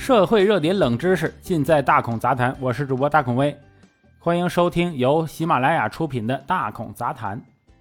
社会热点冷知识尽在大孔杂谈，我是主播大孔威，欢迎收听由喜马拉雅出品的大孔杂谈。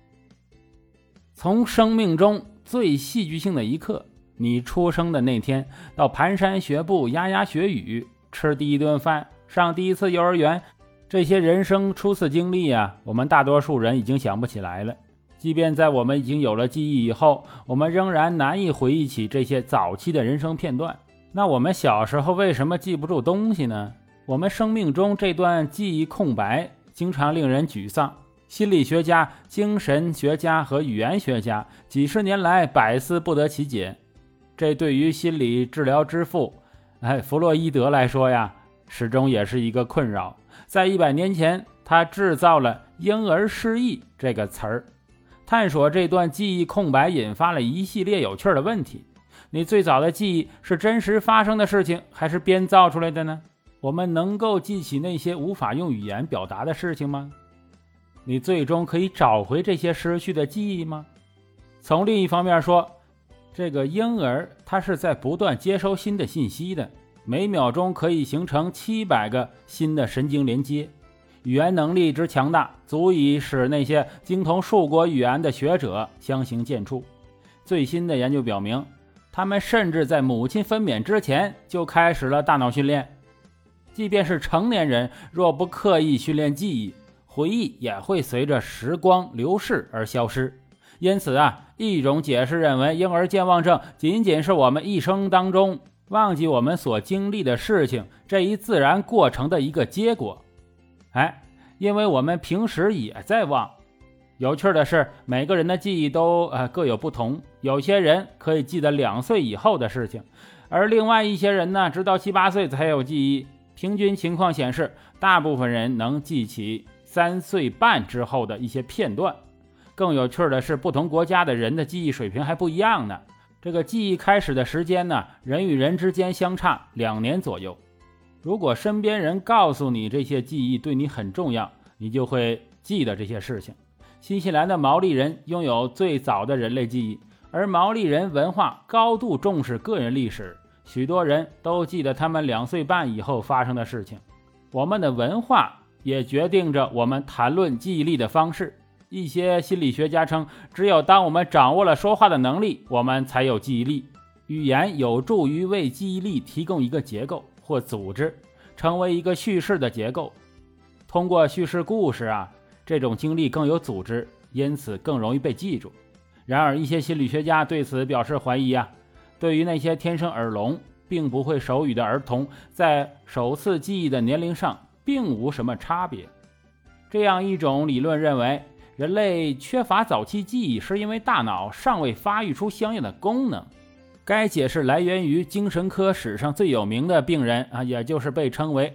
从生命中最戏剧性的一刻，你出生的那天，到蹒跚学步、牙牙学语、吃第一顿饭、上第一次幼儿园，这些人生初次经历啊，我们大多数人已经想不起来了。即便在我们已经有了记忆以后，我们仍然难以回忆起这些早期的人生片段。那我们小时候为什么记不住东西呢？我们生命中这段记忆空白经常令人沮丧。心理学家、精神学家和语言学家几十年来百思不得其解。这对于心理治疗之父弗洛伊德来说呀，始终也是一个困扰。在100年前，他制造了婴儿失忆这个词儿，探索这段记忆空白引发了一系列有趣的问题。你最早的记忆是真实发生的事情，还是编造出来的呢？我们能够记起那些无法用语言表达的事情吗？你最终可以找回这些失去的记忆吗？从另一方面说，这个婴儿他是在不断接收新的信息的，每秒钟可以形成700个新的神经连接。语言能力之强大，足以使那些精通数国语言的学者相形见绌。最新的研究表明，他们甚至在母亲分娩之前就开始了大脑训练。即便是成年人，若不刻意训练记忆，回忆也会随着时光流逝而消失。因此一种解释认为，婴儿健忘症仅仅是我们一生当中忘记我们所经历的事情这一自然过程的一个结果。因为我们平时也在忘。有趣的是，每个人的记忆都各有不同，有些人可以记得2岁以后的事情，而另外一些人呢，直到7、8岁才有记忆。平均情况显示，大部分人能记起3岁半之后的一些片段。更有趣的是，不同国家的人的记忆水平还不一样呢。这个记忆开始的时间呢，人与人之间相差2年左右。如果身边人告诉你这些记忆对你很重要，你就会记得这些事情。新西兰的毛利人拥有最早的人类记忆，而毛利人文化高度重视个人历史，许多人都记得他们2岁半以后发生的事情。我们的文化也决定着我们谈论记忆力的方式。一些心理学家称，只有当我们掌握了说话的能力，我们才有记忆力。语言有助于为记忆力提供一个结构或组织，成为一个叙事的结构。通过叙事故事这种经历更有组织，因此更容易被记住。然而一些心理学家对此表示怀疑对于那些天生耳聋并不会手语的儿童，在首次记忆的年龄上并无什么差别。这样一种理论认为，人类缺乏早期记忆是因为大脑尚未发育出相应的功能。该解释来源于精神科史上最有名的病人也就是被称为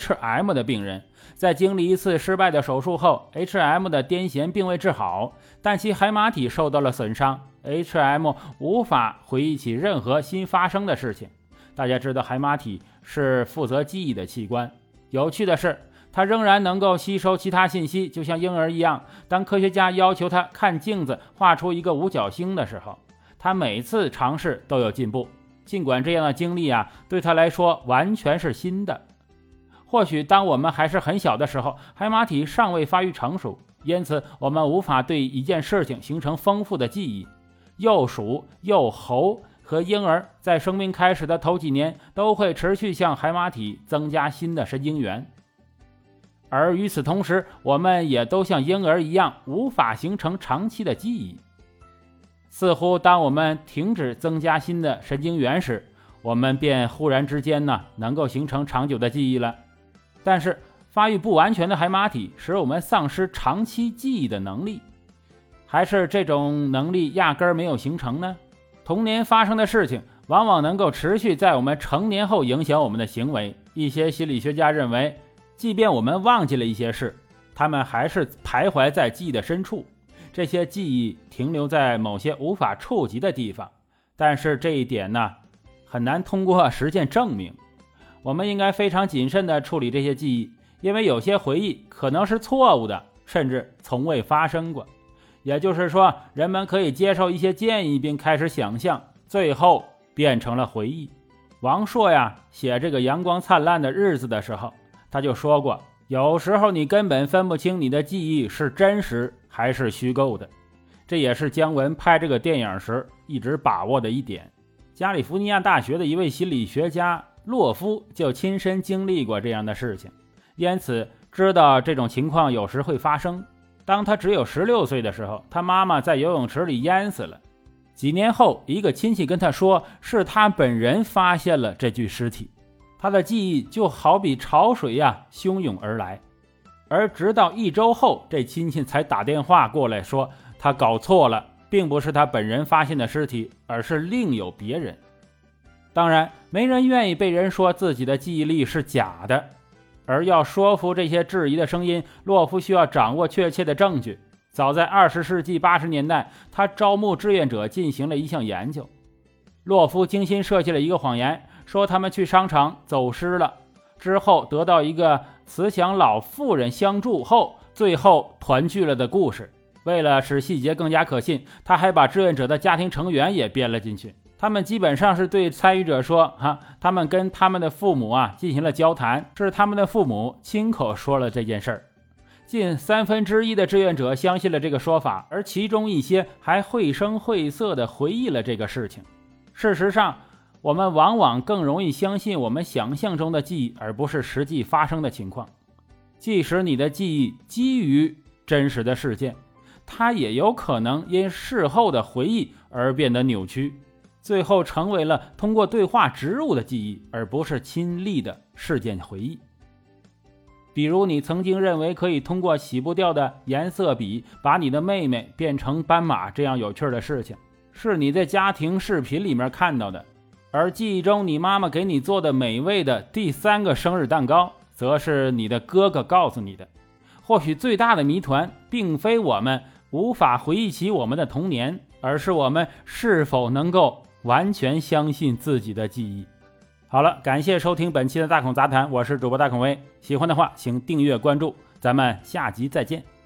HM 的病人。在经历一次失败的手术后， HM 的癫痫并未治好，但其海马体受到了损伤， HM 无法回忆起任何新发生的事情。大家知道海马体是负责记忆的器官，有趣的是它仍然能够吸收其他信息，就像婴儿一样。当科学家要求他看镜子画出一个五角星的时候，他每次尝试都有进步，尽管这样的经历对他来说完全是新的。或许当我们还是很小的时候，海马体尚未发育成熟，因此我们无法对一件事情形成丰富的记忆。幼鼠、幼猴和婴儿在生命开始的头几年都会持续向海马体增加新的神经元，而与此同时，我们也都像婴儿一样无法形成长期的记忆。似乎当我们停止增加新的神经元时，我们便忽然之间能够形成长久的记忆了。但是发育不完全的海马体使我们丧失长期记忆的能力，还是这种能力压根儿没有形成呢？童年发生的事情往往能够持续在我们成年后影响我们的行为。一些心理学家认为，即便我们忘记了一些事，他们还是徘徊在记忆的深处，这些记忆停留在某些无法触及的地方。但是这一点很难通过实践证明。我们应该非常谨慎地处理这些记忆，因为有些回忆可能是错误的，甚至从未发生过。也就是说，人们可以接受一些建议并开始想象，最后变成了回忆。 王朔呀写这个阳光灿烂的日子的时候，他就说过，有时候你根本分不清你的记忆是真实还是虚构的。这也是姜文拍这个电影时一直把握的一点。加利福尼亚大学的一位心理学家洛夫就亲身经历过这样的事情，因此知道这种情况有时会发生。当他只有16岁的时候，他妈妈在游泳池里淹死了。几年后，一个亲戚跟他说，是他本人发现了这具尸体。他的记忆就好比潮水呀，汹涌而来。而直到1周后，这亲戚才打电话过来说，他搞错了，并不是他本人发现的尸体，而是另有别人。当然，没人愿意被人说自己的记忆力是假的，而要说服这些质疑的声音，洛夫需要掌握确切的证据。早在20世纪80年代，他招募志愿者进行了一项研究。洛夫精心设计了一个谎言，说他们去商场走失了，之后得到一个慈祥老妇人相助后，最后团聚了的故事。为了使细节更加可信，他还把志愿者的家庭成员也编了进去。他们基本上是对参与者说，他们跟他们的父母进行了交谈，是他们的父母亲口说了这件事儿。近1/3的志愿者相信了这个说法，而其中一些还绘声绘色地回忆了这个事情。事实上，我们往往更容易相信我们想象中的记忆，而不是实际发生的情况。即使你的记忆基于真实的事件，它也有可能因事后的回忆而变得扭曲，最后成为了通过对话植入的记忆，而不是亲历的事件回忆。比如你曾经认为可以通过洗不掉的颜色笔把你的妹妹变成斑马这样有趣的事情，是你在家庭视频里面看到的，而记忆中你妈妈给你做的美味的第3个生日蛋糕，则是你的哥哥告诉你的。或许最大的谜团并非我们无法回忆起我们的童年，而是我们是否能够完全相信自己的记忆。好了，感谢收听本期的大孔杂谈，我是主播大孔威。喜欢的话请订阅关注，咱们下集再见。